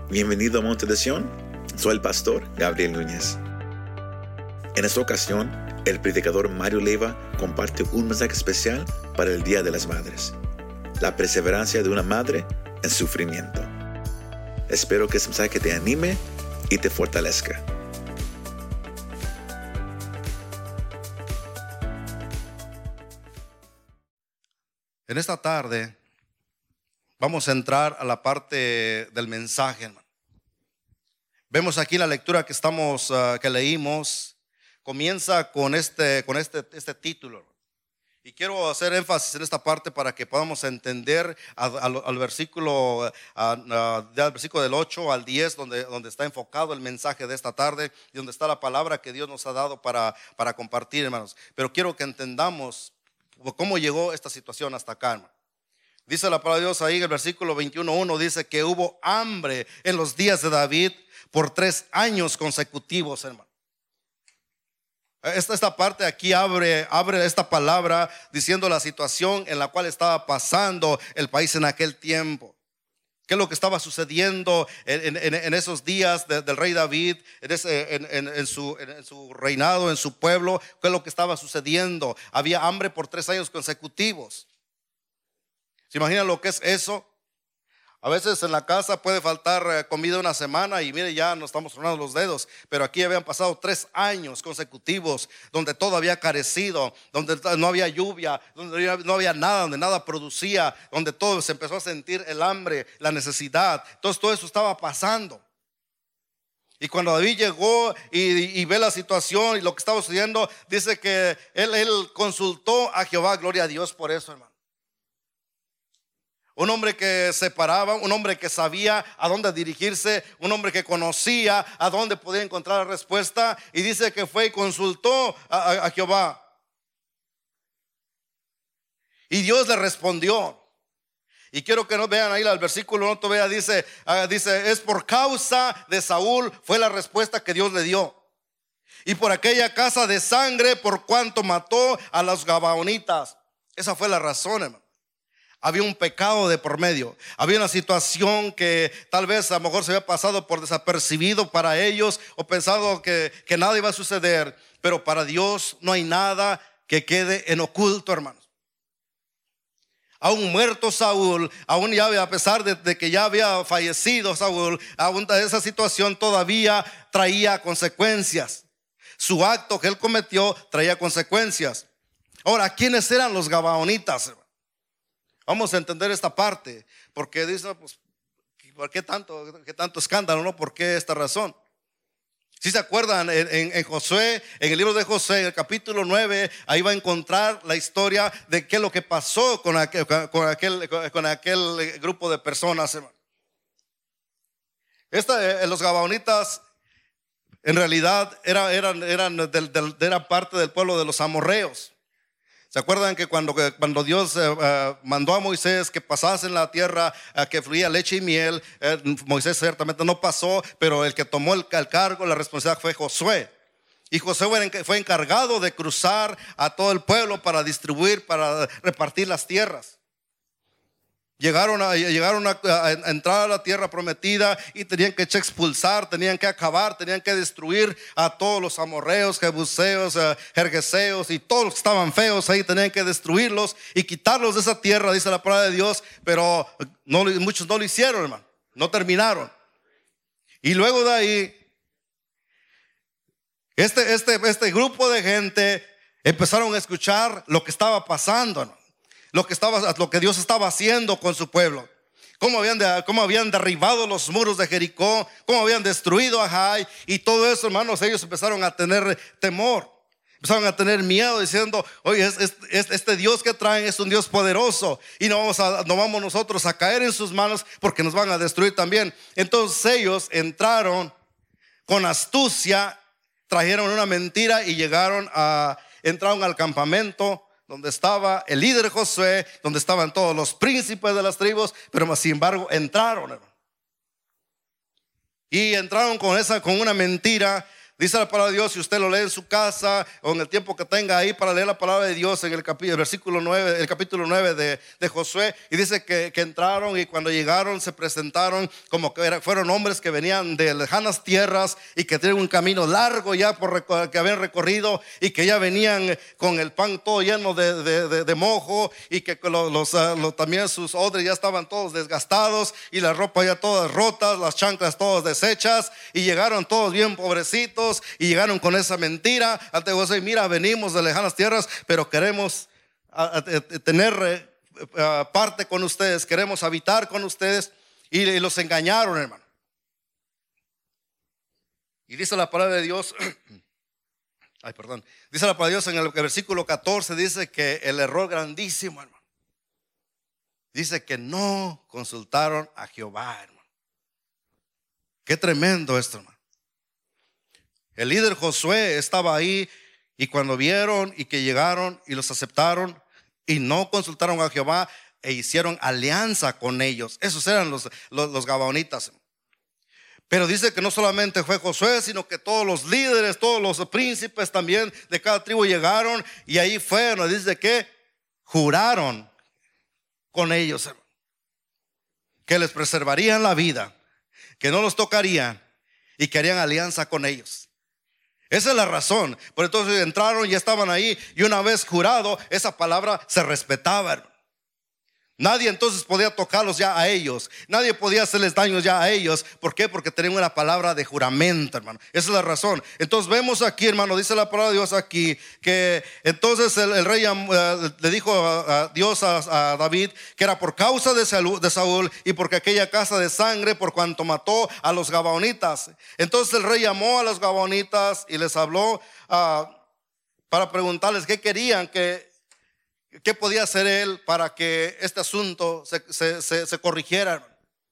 Bienvenido a Monte de Sion. Soy el pastor Gabriel Núñez. En esta ocasión, el predicador Mario Leiva comparte un mensaje especial para el Día de las Madres: la perseverancia de una madre en sufrimiento. Espero que este mensaje te anime y te fortalezca. En esta tarde vamos a entrar a la parte del mensaje, hermano. Vemos aquí la lectura que leímos, comienza con este título. Y quiero hacer énfasis en esta parte para que podamos entender al versículo, del versículo del 8 al 10, donde está enfocado el mensaje de esta tarde y donde está la palabra que Dios nos ha dado para compartir, hermanos. Pero quiero que entendamos cómo llegó esta situación hasta acá, hermano. Dice la palabra de Dios ahí en el versículo 21:1, dice que hubo hambre en los días de David por 3 años consecutivos, hermano. Esta parte aquí abre esta palabra diciendo la situación en la cual estaba pasando el país en aquel tiempo. ¿Qué es lo que estaba sucediendo en esos días del rey David, en su reinado, en su pueblo? ¿Qué es lo que estaba sucediendo? Había hambre por 3 años consecutivos. ¿Se imaginan lo que es eso? A veces en la casa puede faltar comida una semana y mire, ya nos estamos tronando los dedos. Pero aquí habían pasado 3 años consecutivos donde todo había carecido, donde no había lluvia, donde no había nada, donde nada producía, donde todo se empezó a sentir el hambre, la necesidad. Entonces todo eso estaba pasando. Y cuando David llegó y ve la situación y lo que estaba sucediendo, dice que él consultó a Jehová. Gloria a Dios por eso, hermano. Un hombre que se paraba, un hombre que sabía a dónde dirigirse, un hombre que conocía a dónde podía encontrar la respuesta. Y dice que fue y consultó a Jehová. Y Dios le respondió. Y quiero que nos vean ahí el versículo, no te vea, dice, es por causa de Saúl fue la respuesta que Dios le dio. Y por aquella casa de sangre, por cuanto mató a los gabaonitas. Esa fue la razón, hermano. Había un pecado de por medio. Había una situación que tal vez a lo mejor se había pasado por desapercibido para ellos, o pensado que nada iba a suceder. Pero para Dios no hay nada que quede en oculto, hermanos. Aún muerto Saúl, aún ya a pesar de que ya había fallecido Saúl, aún esa situación todavía traía consecuencias. Su acto que él cometió traía consecuencias. Ahora, ¿quiénes eran los gabaonitas, hermanos? Vamos a entender esta parte, porque dice, pues, ¿por qué tanto escándalo, no? ¿Por qué esta razón? Si se acuerdan, en Josué, en el libro de Josué, en el capítulo 9, ahí va a encontrar la historia de qué es lo que pasó con aquel grupo de personas, hermano. Los gabaonitas en realidad eran parte del pueblo de los amorreos. ¿Se acuerdan que cuando Dios mandó a Moisés que pasase en la tierra que fluía leche y miel, Moisés ciertamente no pasó, pero el que tomó el cargo, la responsabilidad fue Josué. Y Josué fue encargado de cruzar a todo el pueblo para distribuir, para repartir las tierras. Llegaron a entrar a la tierra prometida y tenían que expulsar, tenían que acabar, tenían que destruir a todos los amorreos, jebuseos, jerjeseos y todos los que estaban feos ahí. Tenían que destruirlos y quitarlos de esa tierra, dice la palabra de Dios. Pero muchos no lo hicieron, hermano, no terminaron. Y luego de ahí este grupo de gente empezaron a escuchar lo que estaba pasando, hermano. Lo que Dios estaba haciendo con su pueblo. Cómo habían derribado los muros de Jericó, cómo habían destruido a Jai. Y todo eso, hermanos, ellos empezaron a tener temor, empezaron a tener miedo, diciendo: oye, este Dios que traen es un Dios poderoso, y no vamos nosotros a caer en sus manos, porque nos van a destruir también. Entonces ellos entraron con astucia, trajeron una mentira y entraron al campamento donde estaba el líder Josué, donde estaban todos los príncipes de las tribus, pero sin embargo entraron, hermano. Y entraron con una mentira Dice la palabra de Dios, si usted lo lee en su casa o en el tiempo que tenga ahí para leer la palabra de Dios en el capítulo 9 de Josué, y dice que entraron, y cuando llegaron se presentaron como que fueron hombres que venían de lejanas tierras y que tenían un camino largo ya que habían recorrido, y que ya venían con el pan todo lleno de mojo, y que también sus odres ya estaban todos desgastados y la ropa ya todas rotas, las chanclas todas deshechas, y llegaron todos bien pobrecitos. Y llegaron con esa mentira ante José: mira, venimos de lejanas tierras, pero queremos tener parte con ustedes, queremos habitar con ustedes. Y los engañaron, hermano. Y dice la palabra de Dios dice la palabra de Dios en el versículo 14, dice que el error grandísimo, hermano, dice que no consultaron a Jehová, hermano. Qué tremendo esto, hermano. El líder Josué estaba ahí, y cuando vieron y que llegaron y los aceptaron y no consultaron a Jehová e hicieron alianza con ellos, esos eran los gabaonitas. Pero dice que no solamente fue Josué, sino que todos los líderes, todos los príncipes también de cada tribu llegaron, y ahí fueron, dice que juraron con ellos, hermano, que les preservarían la vida, que no los tocarían y que harían alianza con ellos. Esa es la razón. Por entonces entraron y estaban ahí, y una vez jurado, esa palabra se respetaba, hermano. Nadie entonces podía tocarlos ya a ellos, nadie podía hacerles daños ya a ellos. ¿Por qué? Porque tenían una palabra de juramento, hermano. Esa es la razón. Entonces vemos aquí, hermano, dice la palabra de Dios aquí, que entonces el rey le dijo a Dios a David que era por causa de Saúl, y porque aquella casa de sangre, por cuanto mató a los gabaonitas. Entonces el rey llamó a los gabaonitas y les habló para preguntarles qué querían, ¿qué podía hacer él para que este asunto se corrigiera?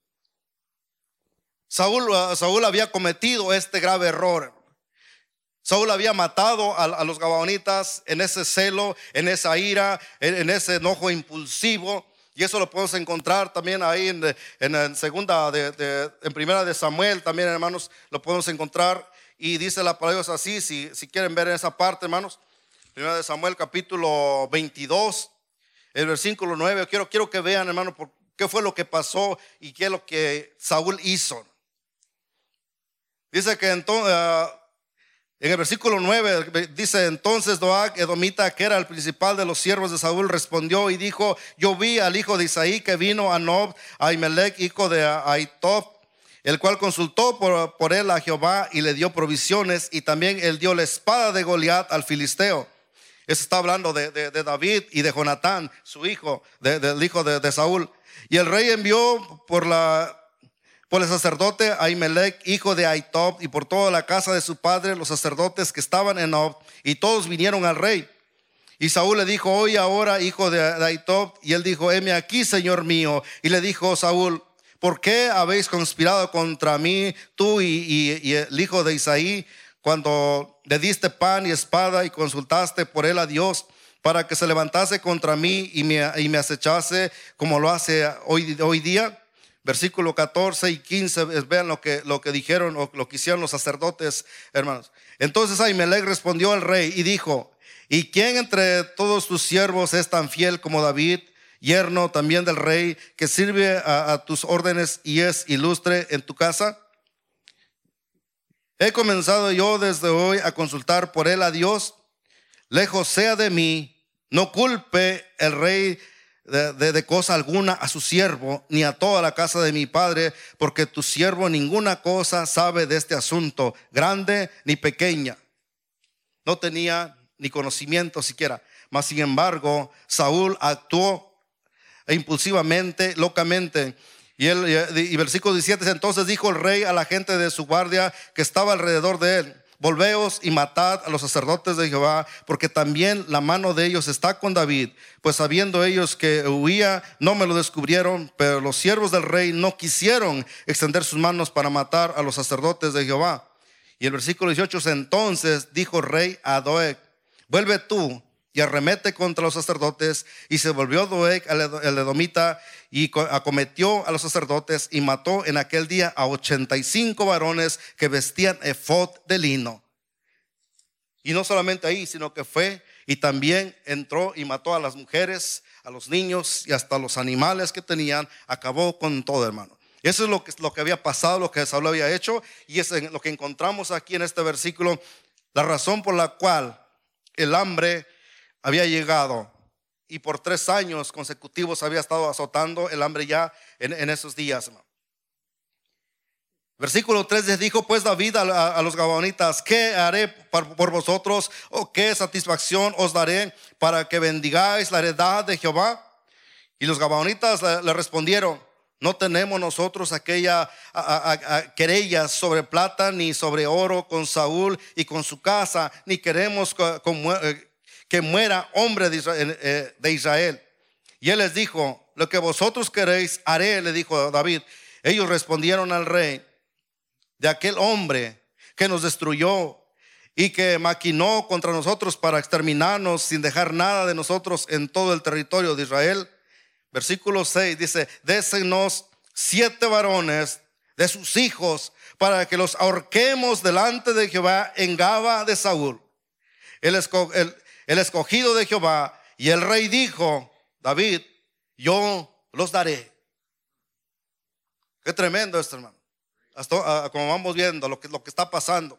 Saúl había cometido este grave error. Saúl había matado a los gabaonitas en ese celo, en esa ira, en ese enojo impulsivo. Y eso lo podemos encontrar también ahí en primera de Samuel, también, hermanos, lo podemos encontrar. Y dice la palabra de Dios así, si quieren ver en esa parte, hermanos. Primera de Samuel, capítulo 22, el versículo 9. Quiero que vean, hermano, qué fue lo que pasó y qué es lo que Saúl hizo. Dice que entonces, en el versículo 9, dice: entonces Doeg, edomita, que era el principal de los siervos de Saúl, respondió y dijo: yo vi al hijo de Isaí que vino a Nob, a Ahimelech, hijo de Ahitob, el cual consultó por él a Jehová y le dio provisiones, y también él dio la espada de Goliat al filisteo. Eso está hablando de David y de Jonatán, su hijo, del hijo de Saúl. Y el rey envió por el sacerdote Ahimelech, hijo de Ahitob, y por toda la casa de su padre, los sacerdotes que estaban en Nob, y todos vinieron al rey. Y Saúl le dijo: oye ahora, hijo de Ahitob. Y él dijo: heme aquí, señor mío. Y le dijo Saúl: ¿por qué habéis conspirado contra mí, tú y el hijo de Isaí, cuando le diste pan y espada y consultaste por él a Dios, para que se levantase contra mí y me acechase como lo hace hoy día? Versículo 14 y 15, vean lo que dijeron o lo que hicieron los sacerdotes, hermanos. Entonces Ahimelech respondió al rey y dijo: ¿y quién entre todos tus siervos es tan fiel como David, yerno también del rey, que sirve a tus órdenes y es ilustre en tu casa? He comenzado yo desde hoy a consultar por él a Dios. Lejos sea de mí, no culpe el rey de cosa alguna a su siervo, ni a toda la casa de mi padre, porque tu siervo ninguna cosa sabe de este asunto, grande ni pequeña. No tenía ni conocimiento siquiera. Mas sin embargo, Saúl actuó impulsivamente, locamente. Y versículo 17: entonces dijo el rey a la gente de su guardia que estaba alrededor de él: volveos y matad a los sacerdotes de Jehová, porque también la mano de ellos está con David. Pues sabiendo ellos que huía, no me lo descubrieron, pero los siervos del rey no quisieron extender sus manos para matar a los sacerdotes de Jehová. Y el versículo 18: entonces dijo el rey a Doeg: vuelve tú y arremete contra los sacerdotes. Y se volvió Doeg el edomita y acometió a los sacerdotes y mató en aquel día a 85 varones que vestían efod de lino. Y no solamente ahí, sino que fue y también entró y mató a las mujeres, a los niños y hasta los animales que tenían. Acabó con todo, hermano. Eso es lo que había pasado, lo que Saúl había hecho. Y es lo que encontramos aquí en este versículo. La razón por la cual el hambre había llegado y por 3 años consecutivos había estado azotando el hambre ya en esos días, hermano. Versículo 3 les dijo pues David a los gabaonitas: ¿qué haré por vosotros? ¿O qué satisfacción os daré para que bendigáis la heredad de Jehová? Y los gabaonitas le respondieron: no tenemos nosotros aquella querella sobre plata ni sobre oro con Saúl y con su casa, ni queremos que muera hombre de Israel. Y él les dijo: lo que vosotros queréis haré, le dijo David. Ellos respondieron al rey: de aquel hombre que nos destruyó y que maquinó contra nosotros para exterminarnos sin dejar nada de nosotros en todo el territorio de Israel. Versículo 6 dice: désenos 7 varones de sus hijos para que los ahorquemos delante de Jehová en Gaba de Saúl, el escogido de Jehová. Y el rey dijo: David, yo los daré. Qué tremendo esto, hermano. Hasta, como vamos viendo lo que está pasando.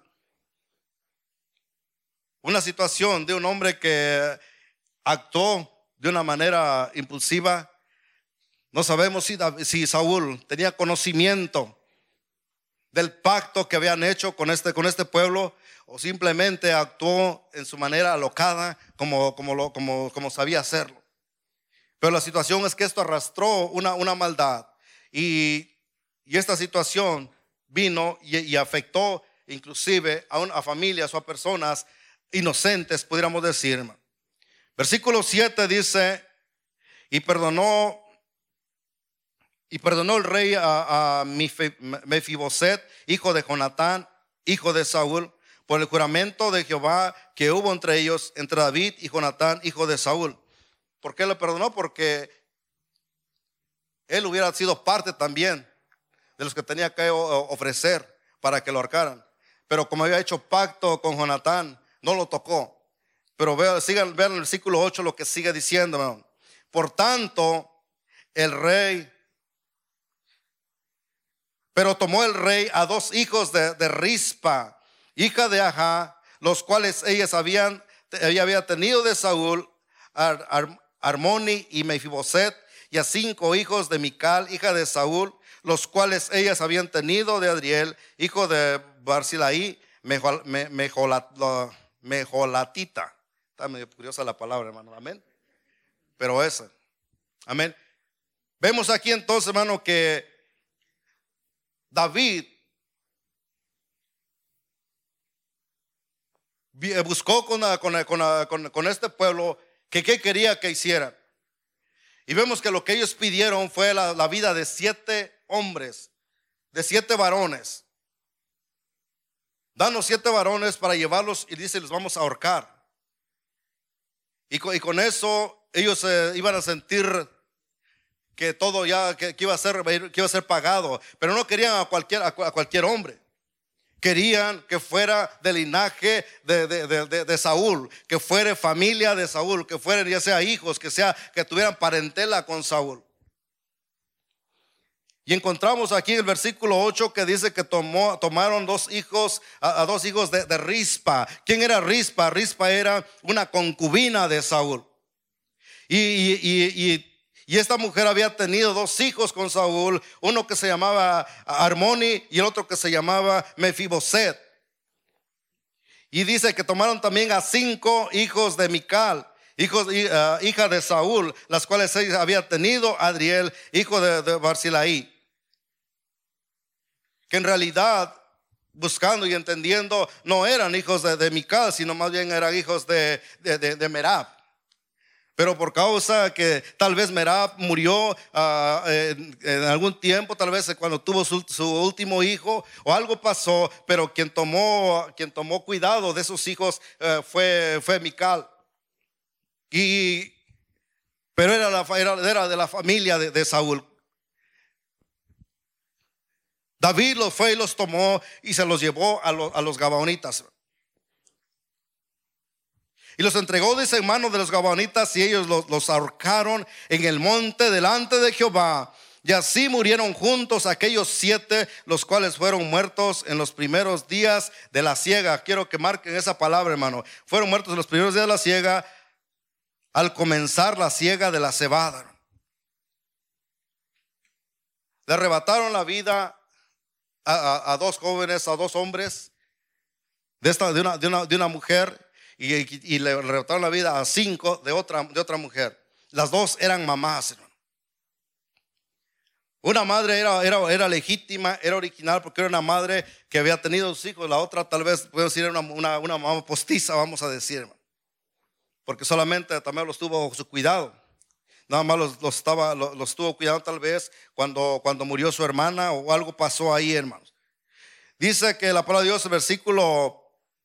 Una situación de un hombre que actuó de una manera impulsiva. No sabemos si Saúl tenía conocimiento del pacto que habían hecho con este pueblo, o simplemente actuó en su manera alocada como sabía hacerlo. Pero la situación es que esto arrastró una maldad, y esta situación vino y afectó inclusive a familias o a personas inocentes, pudiéramos decir. Versículo 7 dice: y perdonó el rey a Mefiboset, hijo de Jonatán, hijo de Saúl, por el juramento de Jehová que hubo entre ellos, entre David y Jonatán, hijo de Saúl. ¿Por qué le perdonó? Porque él hubiera sido parte también de los que tenía que ofrecer para que lo ahorcaran. Pero como había hecho pacto con Jonatán, no lo tocó. Pero vean el versículo 8 lo que sigue diciendo, hermano. Por tanto, pero tomó el rey a 2 hijos de Rispa, hija de Ajá, los cuales ella había tenido de Saúl, Armoni y Mefiboset, y a 5 hijos de Mical, hija de Saúl, los cuales ellas habían tenido de Adriel, hijo de Barzilai, Mejolatita. Está medio curiosa la palabra, hermano. Amén. Pero esa. Amén. Vemos aquí entonces, hermano, que David buscó con este pueblo que qué quería que hiciera. Y vemos que lo que ellos pidieron fue la vida de 7 hombres, de 7 varones. Danos 7 varones para llevarlos, y dice: los vamos a ahorcar. Y con eso ellos iban a sentir que todo ya que iba a ser pagado. Pero no querían a cualquier hombre. Querían que fuera del linaje de Saúl, que fuera familia de Saúl, que fueran ya sea hijos, que tuvieran parentela con Saúl. Y encontramos aquí en el versículo 8 que dice que tomaron 2 hijos, a 2 hijos de Rispa. ¿Quién era Rispa? Rispa era una concubina de Saúl. Y esta mujer había tenido 2 hijos con Saúl, uno que se llamaba Armoni y el otro que se llamaba Mefiboset. Y dice que tomaron también a 5 hijos de Mical, hija de Saúl, las cuales ella había tenido Adriel, hijo de Barzilai. Que en realidad, buscando y entendiendo, no eran hijos de Mical, sino más bien eran hijos de Merab. Pero por causa que tal vez Merab murió en algún tiempo, tal vez cuando tuvo su último hijo, o algo pasó, pero quien tomó cuidado de sus hijos fue Mical. Pero era de la familia de Saúl. David los fue y los tomó y se los llevó a los gabaonitas. Y los entregó, dice, en manos de los gabaonitas, y ellos los ahorcaron en el monte delante de Jehová. Y así murieron juntos aquellos 7, los cuales fueron muertos en los primeros días de la siega. Quiero que marquen esa palabra, hermano. Fueron muertos en los primeros días de la siega, al comenzar la siega de la cebada. Le arrebataron la vida a 2 jóvenes, a 2 hombres de una mujer, y le arrebataron la vida a 5 de otra mujer. Las 2 eran mamás, hermano. Una madre era legítima, era original, porque era una madre que había tenido sus hijos. La otra tal vez, puedo decir, era una mamá postiza, vamos a decir, hermano, porque solamente también los tuvo bajo su cuidado. Nada más los estuvo cuidando tal vez cuando murió su hermana, o algo pasó ahí, hermanos. Dice que la palabra de Dios, el versículo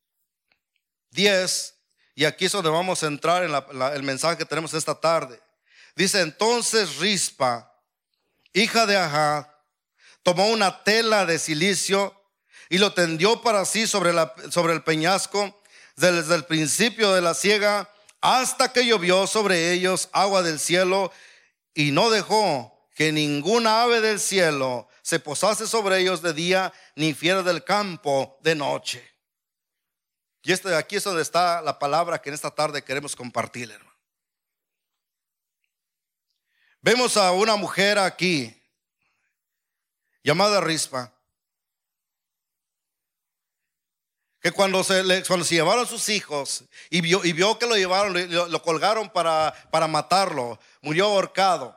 10, y aquí es donde vamos a entrar en el mensaje que tenemos esta tarde. Dice: entonces Rispa, hija de Ajá, tomó una tela de cilicio y lo tendió para sí sobre el peñasco, desde el principio de la siega hasta que llovió sobre ellos agua del cielo, y no dejó que ninguna ave del cielo se posase sobre ellos de día, ni fiera del campo de noche. Y aquí es donde está la palabra que en esta tarde queremos compartir, hermano. Vemos a una mujer aquí llamada Rispa, que cuando se llevaron sus hijos y vio que lo llevaron, lo colgaron para matarlo, murió ahorcado.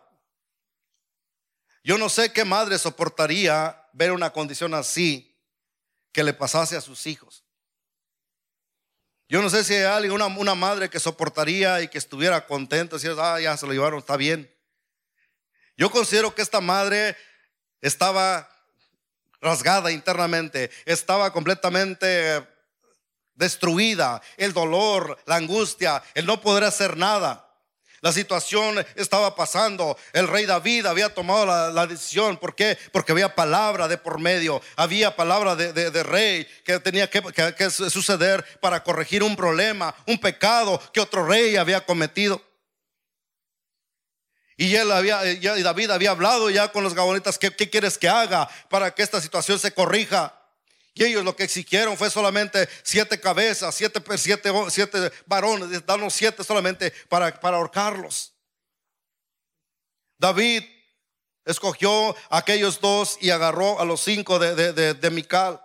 Yo no sé qué madre soportaría ver una condición así que le pasase a sus hijos. Yo no sé si hay alguien, una madre que soportaría y que estuviera contenta, decir, ya se lo llevaron, está bien. Yo considero que esta madre estaba rasgada internamente, estaba completamente destruida. El dolor, la angustia, el no poder hacer nada. La situación estaba pasando. El rey David había tomado la decisión. ¿Por qué? Porque había palabra de por medio. Había palabra de rey que tenía que suceder para corregir un problema, un pecado que otro rey había cometido. Y David había hablado ya con los gabonitas. ¿Qué quieres que haga para que esta situación se corrija? Y ellos lo que exigieron fue solamente 7 cabezas, 7 varones, darnos 7 solamente para ahorcarlos. David escogió a aquellos 2 y agarró a los 5 de Mical.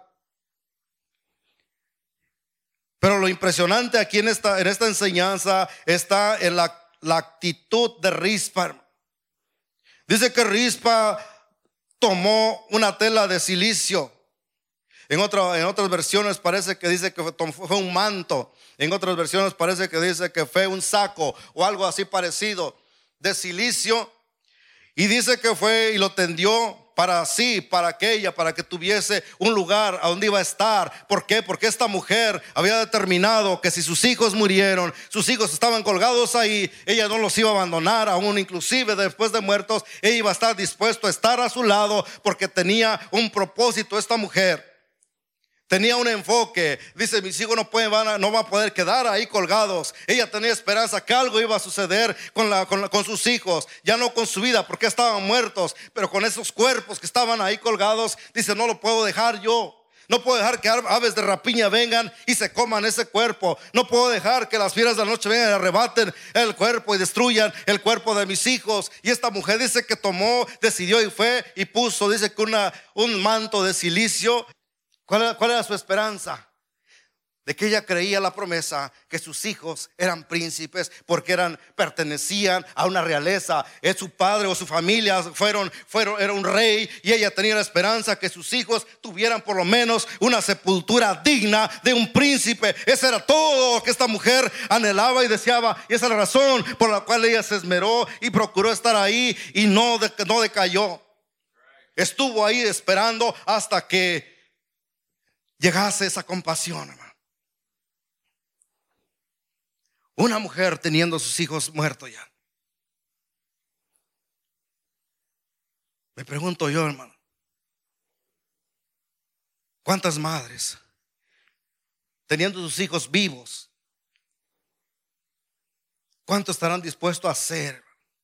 Pero lo impresionante aquí en esta enseñanza está en la actitud de Rispa. Dice que Rispa tomó una tela de cilicio. En otras versiones parece que dice que fue un manto. En otras versiones parece que dice que fue un saco o algo así parecido de cilicio. Y dice que fue y lo tendió para sí, para que tuviese un lugar a donde iba a estar. ¿Por qué? Porque esta mujer había determinado que si sus hijos murieron, sus hijos estaban colgados ahí, ella no los iba a abandonar, aún inclusive después de muertos, ella iba a estar dispuesto a estar a su lado, porque tenía un propósito esta mujer. Tenía un enfoque. Dice: mis hijos no van a poder quedar ahí colgados. Ella tenía esperanza que algo iba a suceder con sus hijos. Ya no con su vida, porque estaban muertos, pero con esos cuerpos que estaban ahí colgados. Dice: no lo puedo dejar yo. No puedo dejar que aves de rapiña vengan y se coman ese cuerpo. No puedo dejar que las fieras de la noche vengan y arrebaten el cuerpo y destruyan el cuerpo de mis hijos. Y esta mujer dice que decidió y fue y puso, dice que un manto de cilicio. ¿Cuál era su esperanza? De que ella creía la promesa que sus hijos eran príncipes, porque pertenecían a una realeza. Su padre o su familia era un rey, y ella tenía la esperanza que sus hijos tuvieran por lo menos una sepultura digna de un príncipe. Eso era todo lo que esta mujer anhelaba y deseaba, y esa es la razón por la cual ella se esmeró y procuró estar ahí y no decayó. Estuvo ahí esperando hasta que llegase esa compasión, hermano. Una mujer teniendo sus hijos muertos ya. Me pregunto yo, hermano, ¿cuántas madres teniendo sus hijos vivos ¿Cuánto estarán dispuestos a hacer?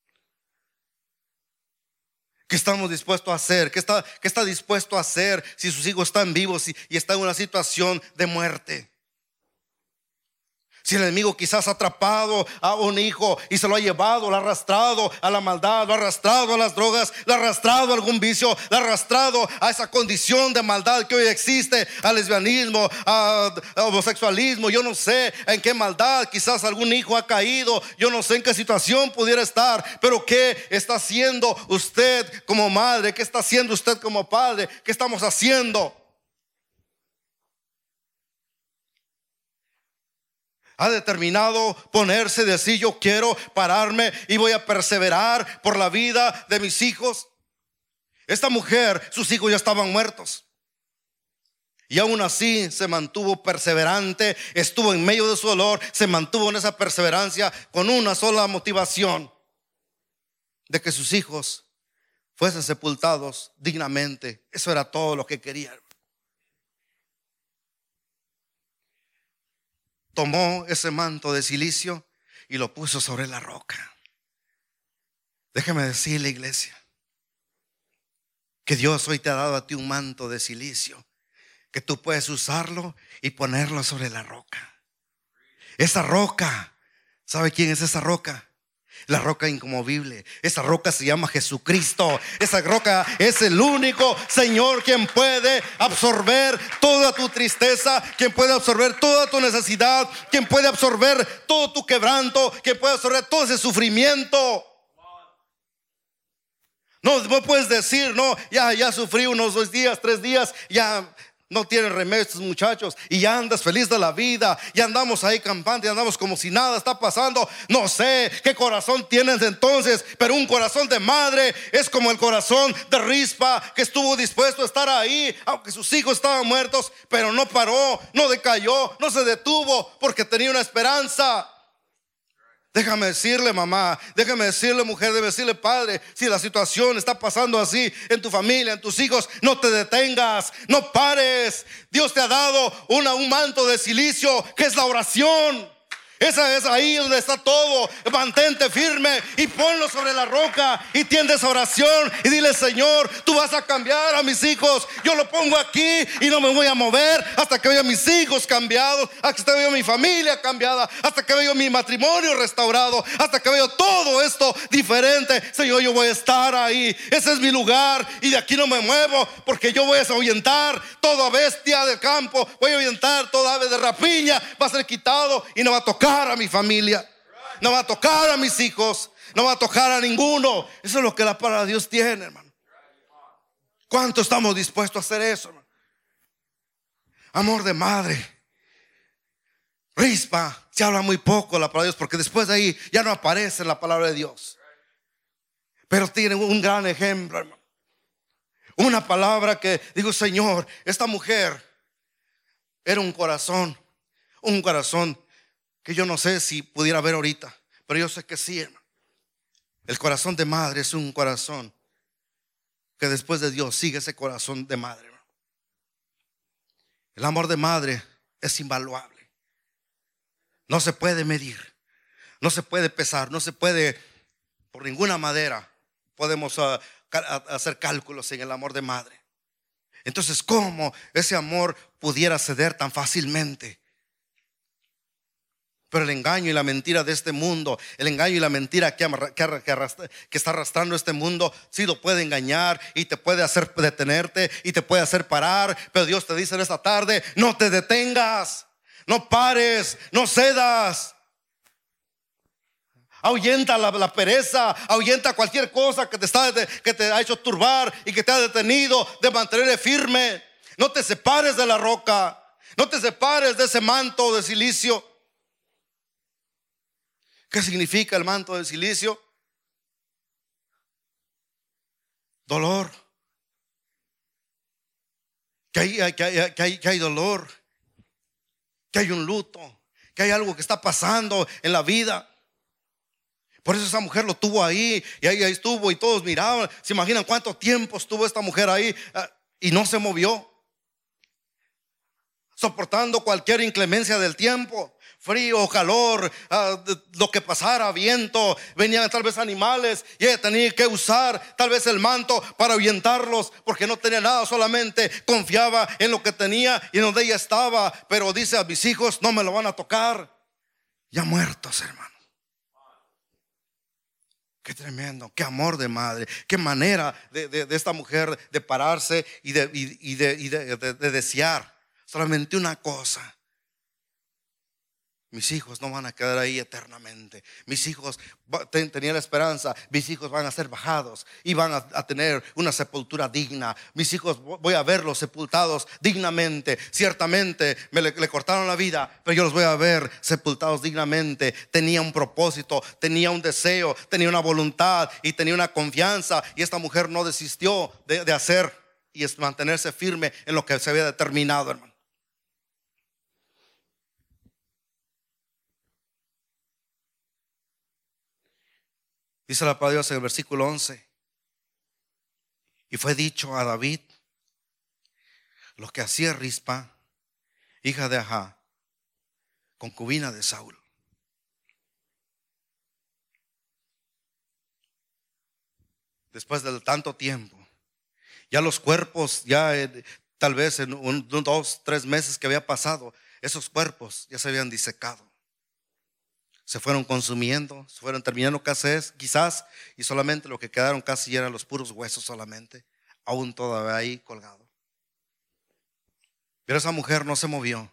¿Qué estamos dispuestos a hacer? ¿Qué está dispuesto a hacer si sus hijos están vivos y está en una situación de muerte? Si el enemigo quizás ha atrapado a un hijo y se lo ha llevado, lo ha arrastrado a la maldad, lo ha arrastrado a las drogas, lo ha arrastrado a algún vicio, lo ha arrastrado a esa condición de maldad que hoy existe, al lesbianismo, a homosexualismo. Yo no sé en qué maldad quizás algún hijo ha caído, yo no sé en qué situación pudiera estar, pero ¿qué está haciendo usted como madre? ¿Qué está haciendo usted como padre? ¿Qué estamos haciendo? Ha determinado ponerse, decir: yo quiero pararme y voy a perseverar por la vida de mis hijos. Esta mujer, sus hijos ya estaban muertos, y aún así se mantuvo perseverante, estuvo en medio de su dolor, se mantuvo en esa perseverancia con una sola motivación: de que sus hijos fuesen sepultados dignamente. Eso era todo lo que quería. Tomó ese manto de silicio y lo puso sobre la roca. Déjeme decirle, iglesia, que Dios hoy te ha dado a ti un manto de silicio, que tú puedes usarlo y ponerlo sobre la roca. Esa roca, ¿sabe quién es esa roca? La roca inconmovible. Esa roca se llama Jesucristo. Esa roca es el único Señor quien puede absorber toda tu tristeza, quien puede absorber toda tu necesidad, quien puede absorber todo tu quebranto, quien puede absorber todo ese sufrimiento. No puedes decir: no, ya sufrí unos 2 días, 3 días, ya no tienen remedio estos muchachos, y ya andas feliz de la vida, ya andamos ahí campando, ya andamos como si nada está pasando. No sé qué corazón tienes entonces, pero un corazón de madre es como el corazón de Rispa, que estuvo dispuesto a estar ahí aunque sus hijos estaban muertos, pero no paró, no decayó, no se detuvo, porque tenía una esperanza. Déjame decirle, mamá, déjame decirle, mujer, debe decirle, padre, si la situación está pasando así en tu familia, en tus hijos, no te detengas, no pares. Dios te ha dado un manto de silicio, que es la oración. Esa es ahí donde está todo. Mantente firme y ponlo sobre la roca y tiende esa oración y dile: Señor, tú vas a cambiar a mis hijos. Yo lo pongo aquí y no me voy a mover hasta que vea a mis hijos cambiados, hasta que vea mi familia cambiada, hasta que vea mi matrimonio restaurado, hasta que vea todo esto diferente. Señor, yo voy a estar ahí. Ese es mi lugar y de aquí no me muevo, porque yo voy a ahuyentar toda bestia del campo, voy a ahuyentar toda ave de rapiña. Va a ser quitado y no va a tocar a mi familia, no va a tocar a mis hijos, no va a tocar a ninguno. Eso es lo que la palabra de Dios tiene, hermano. ¿Cuánto estamos dispuestos a hacer eso, hermano? Amor de madre. Rispa, se habla muy poco de la palabra de Dios, porque después de ahí ya no aparece en la palabra de Dios. Pero tiene un gran ejemplo, hermano. Una palabra que digo: Señor, esta mujer era un corazón que yo no sé si pudiera ver ahorita, pero yo sé que sí, hermano. El corazón de madre es un corazón que después de Dios sigue ese corazón de madre, hermano. El amor de madre es invaluable. No se puede medir, no se puede pesar, no se puede, por ninguna manera podemos hacer cálculos en el amor de madre. Entonces, ¿cómo ese amor pudiera ceder tan fácilmente? Pero el engaño y la mentira de este mundo, el engaño y la mentira que está arrastrando este mundo, sí lo puede engañar y te puede hacer detenerte y te puede hacer parar. Pero Dios te dice en esta tarde: no te detengas, no pares, no cedas. Ahuyenta la pereza, ahuyenta cualquier cosa que te ha hecho turbar y que te ha detenido de mantener firme. No te separes de la roca, no te separes de ese manto de silicio. ¿Qué significa el manto de silicio? Dolor. Que hay dolor, que hay un luto, que hay algo que está pasando en la vida. Por eso esa mujer lo tuvo ahí, y ahí estuvo, y todos miraban. ¿Se imaginan cuánto tiempo estuvo esta mujer ahí y no se movió? soportando cualquier inclemencia del tiempo, frío, calor, lo que pasara, viento. Venían tal vez animales y ella tenía que usar tal vez el manto para ahuyentarlos, porque no tenía nada, solamente confiaba en lo que tenía y en donde ella estaba. Pero dice: a mis hijos no me lo van a tocar, ya muertos, hermano. Qué tremendo, qué amor de madre, qué manera de esta mujer de pararse y de desear solamente una cosa: mis hijos no van a quedar ahí eternamente. Mis hijos, tenía la esperanza, mis hijos van a ser bajados y van a tener una sepultura digna. Mis hijos voy a verlos sepultados dignamente. Ciertamente le cortaron la vida, pero yo los voy a ver sepultados dignamente. Tenía un propósito, tenía un deseo, tenía una voluntad y tenía una confianza. Y esta mujer no desistió de hacer y mantenerse firme en lo que se había determinado, hermano. Dice la palabra de Dios en el versículo 11: y fue dicho a David lo que hacía Rispa, hija de Ajá, concubina de Saúl. Después de tanto tiempo, ya los cuerpos, tal vez en 2, 3 meses que había pasado, esos cuerpos ya se habían disecado. Se fueron consumiendo, se fueron terminando quizás, y solamente lo que quedaron casi eran los puros huesos solamente, aún todavía ahí colgado. Pero esa mujer no se movió.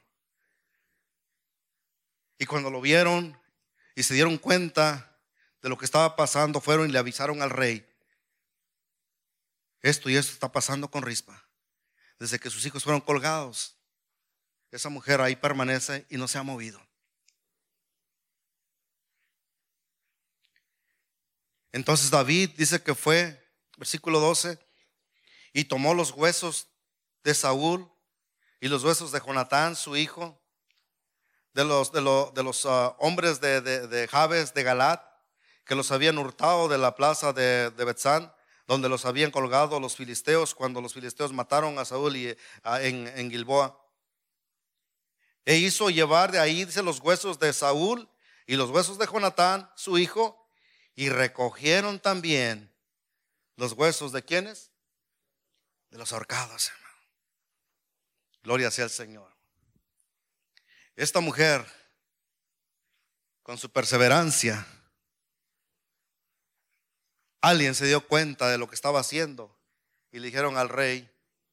Y cuando lo vieron y se dieron cuenta de lo que estaba pasando, fueron y le avisaron al rey: esto y esto está pasando con Rispa. Desde que sus hijos fueron colgados, esa mujer ahí permanece y no se ha movido. Entonces David dice que fue, versículo 12, y tomó los huesos de Saúl y los huesos de Jonatán, su hijo, de los hombres de Jabes de Galat, que los habían hurtado de la plaza de Betzán, donde los habían colgado los filisteos cuando los filisteos mataron a Saúl en Gilboa. E hizo llevar de ahí, dice, los huesos de Saúl y los huesos de Jonatán, su hijo. Y recogieron también los huesos de ¿quiénes? De los ahorcados, hermano. Gloria sea al Señor. Esta mujer, con su perseverancia, alguien se dio cuenta de lo que estaba haciendo y le dijeron al rey.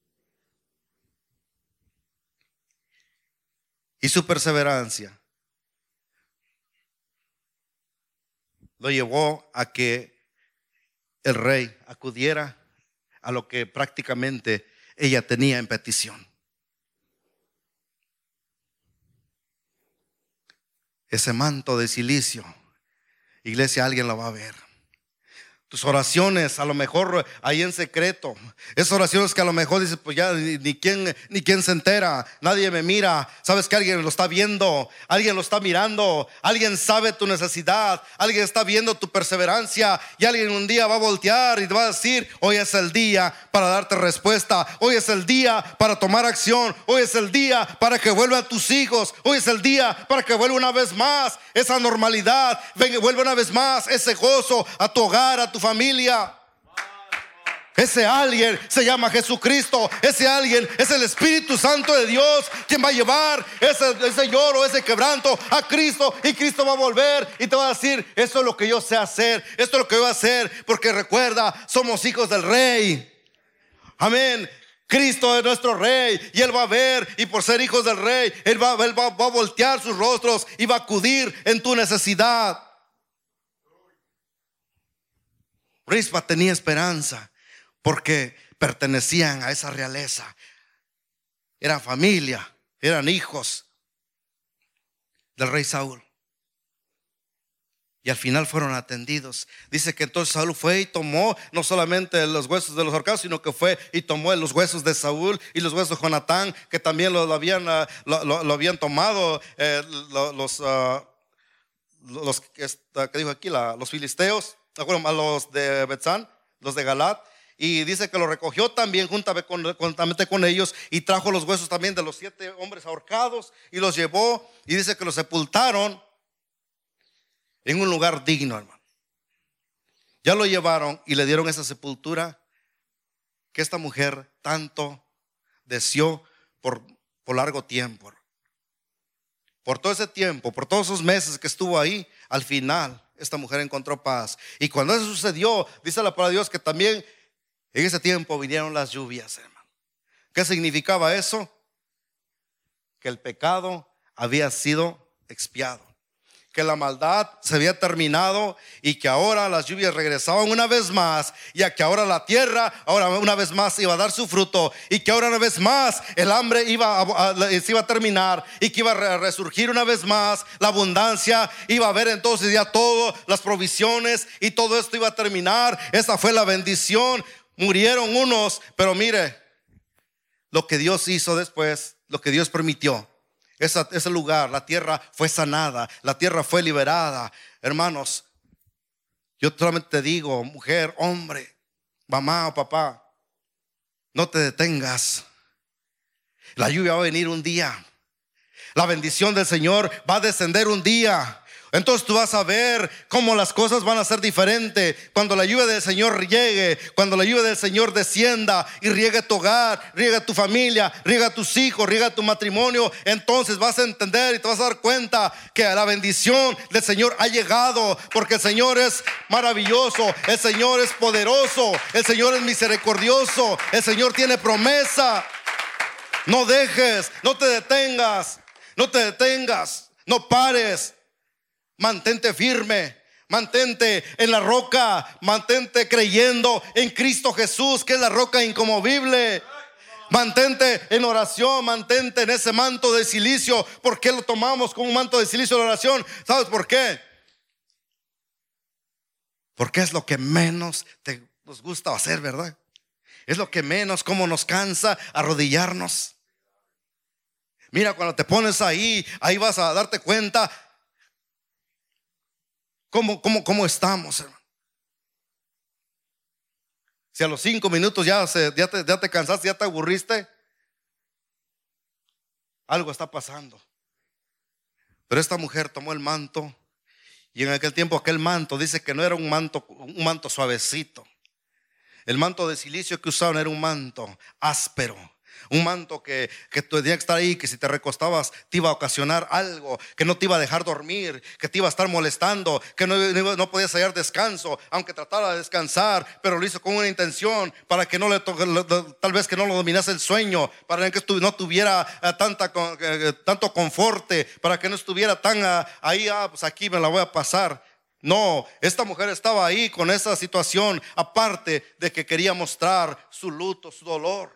Y su perseverancia lo llevó a que el rey acudiera a lo que prácticamente ella tenía en petición. Ese manto de silicio, iglesia, alguien lo va a ver. Tus oraciones, a lo mejor ahí en secreto, esas oraciones que a lo mejor dices: pues ya ni quién se entera, nadie me mira. Sabes que alguien lo está viendo, alguien lo está mirando, alguien sabe tu necesidad, alguien está viendo tu perseverancia, y alguien un día va a voltear y te va a decir: hoy es el día para darte respuesta, hoy es el día para tomar acción, hoy es el día para que vuelvan tus hijos, hoy es el día para que vuelva una vez más esa normalidad, vuelva una vez más ese gozo a tu hogar, a tu familia. Ese alguien se llama Jesucristo. Ese alguien es el Espíritu Santo de Dios, quien va a llevar ese lloro, ese quebranto a Cristo. Y Cristo va a volver y te va a decir: eso es lo que yo sé hacer, esto es lo que yo voy a hacer. Porque recuerda, somos hijos del Rey. Amén. Cristo es nuestro Rey y Él va a ver, y por ser hijos del Rey, Él va a voltear sus rostros y va a acudir en tu necesidad. Rispa tenía esperanza porque pertenecían a esa realeza. Eran familia, eran hijos del rey Saúl. Y al final fueron atendidos. Dice que entonces Saúl fue y tomó no solamente los huesos de los ahorcados, sino que fue y tomó los huesos de Saúl y los huesos de Jonatán, que también lo habían tomado que dijo aquí, los filisteos, a los de Betzán, los de Galat. y dice que lo recogió también juntamente con ellos, y trajo los huesos también de los 7 hombres ahorcados y los llevó, y dice que los sepultaron en un lugar digno, hermano. Ya lo llevaron y le dieron esa sepultura que esta mujer tanto deseó por largo tiempo. Por todo ese tiempo, por todos esos meses que estuvo ahí, al final esta mujer encontró paz. Y cuando eso sucedió, dice la palabra de Dios que también en ese tiempo vinieron las lluvias, hermano. ¿Qué significaba eso? Que el pecado había sido expiado, que la maldad se había terminado, y que ahora las lluvias regresaban una vez más, y a que ahora la tierra, ahora una vez más iba a dar su fruto, y que ahora una vez más el hambre se iba a terminar, y que iba a resurgir una vez más la abundancia, iba a haber entonces ya todo, las provisiones, y todo esto iba a terminar. Esa fue la bendición. Murieron unos, pero mire lo que Dios hizo después, lo que Dios permitió. Ese lugar, la tierra fue sanada, la tierra fue liberada. Hermanos, yo solamente te digo, mujer, hombre, mamá o papá, no te detengas. La lluvia va a venir un día. La bendición del Señor va a descender un día. Entonces tú vas a ver cómo las cosas van a ser diferentes cuando la lluvia del Señor llegue, cuando la lluvia del Señor descienda y riegue tu hogar, riegue tu familia, riega tus hijos, riega tu matrimonio. Entonces vas a entender y te vas a dar cuenta que la bendición del Señor ha llegado, porque el Señor es maravilloso, el Señor es poderoso, el Señor es misericordioso, el Señor tiene promesa. No dejes, no te detengas, no pares. Mantente firme, mantente en la roca, mantente creyendo en Cristo Jesús, que es la roca inconmovible. Mantente en oración, mantente en ese manto de silicio. ¿Por qué lo tomamos como un manto de silicio de oración? ¿Sabes por qué? Porque es lo que menos nos gusta hacer, ¿verdad? Es lo que menos, como nos cansa arrodillarnos. Mira, cuando te pones ahí vas a darte cuenta ¿Cómo estamos, hermano? Si a los 5 minutos ya te cansaste, ya te aburriste, algo está pasando. Pero esta mujer tomó el manto, y en aquel tiempo aquel manto dice que no era un manto suavecito. El manto de silicio que usaban era un manto áspero. Un manto que tenía que estar ahí, que si te recostabas te iba a ocasionar algo, que no te iba a dejar dormir, que te iba a estar molestando, que no podías hallar descanso, aunque tratara de descansar, pero lo hizo con una intención para que tal vez que no lo dominase el sueño, para que no tuviera tanto conforte, para que no estuviera tan ahí, pues aquí me la voy a pasar. No, esta mujer estaba ahí con esa situación, aparte de que quería mostrar su luto, su dolor.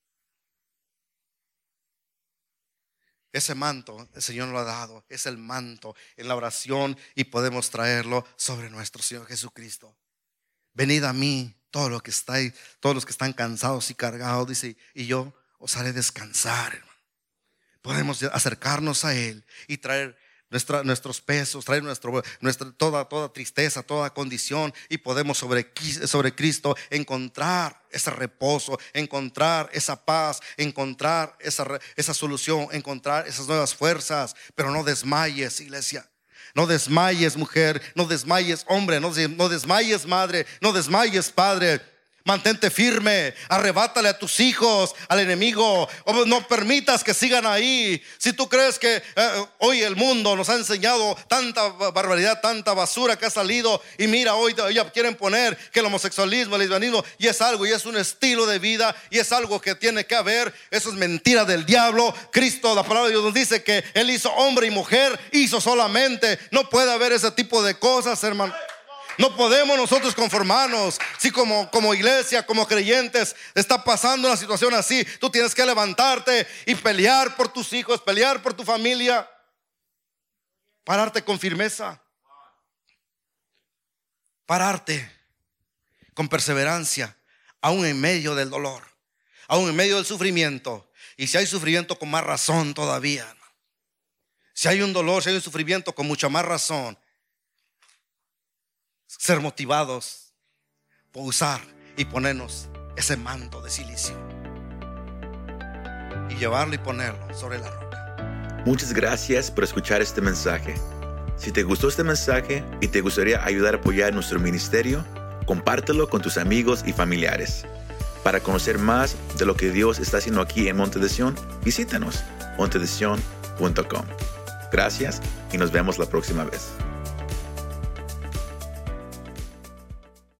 Ese manto el Señor nos lo ha dado, es el manto en la oración, y podemos traerlo sobre nuestro Señor Jesucristo. Venid a mí, todos los que están cansados y cargados, dice, y yo os haré descansar, hermano. Podemos acercarnos a Él y traer nuestros pesos, traer toda tristeza, toda condición, y podemos sobre Cristo encontrar ese reposo, encontrar esa paz, encontrar esa solución, encontrar esas nuevas fuerzas. Pero no desmayes, iglesia. No desmayes, mujer. No desmayes, hombre. No desmayes, madre. No desmayes, padre. Mantente firme, arrebátale a tus hijos al enemigo. No permitas que sigan ahí. Si tú crees que hoy el mundo nos ha enseñado tanta barbaridad, tanta basura que ha salido, y mira, hoy ya quieren poner que el homosexualismo, el lesbianismo, y es un estilo de vida, y es algo que tiene que haber. Eso es mentira del diablo. Cristo, la palabra de Dios nos dice que Él hizo hombre y mujer, hizo solamente. No puede haber ese tipo de cosas, hermano. No podemos nosotros conformarnos. Si como iglesia, como creyentes, está pasando una situación así, tú tienes que levantarte y pelear por tus hijos, pelear por tu familia, pararte con firmeza, pararte con perseverancia, aún en medio del dolor, aún en medio del sufrimiento. Y si hay sufrimiento, con más razón todavía. Si hay un dolor, si hay un sufrimiento, con mucha más razón. Ser motivados, pausar y ponernos ese manto de silicio y llevarlo y ponerlo sobre la roca. Muchas gracias por escuchar este mensaje. Si te gustó este mensaje y te gustaría ayudar a apoyar nuestro ministerio, compártelo con tus amigos y familiares. Para conocer más de lo que Dios está haciendo aquí en Monte de Sion, visítanos montedesion.com. Gracias y nos vemos la próxima vez.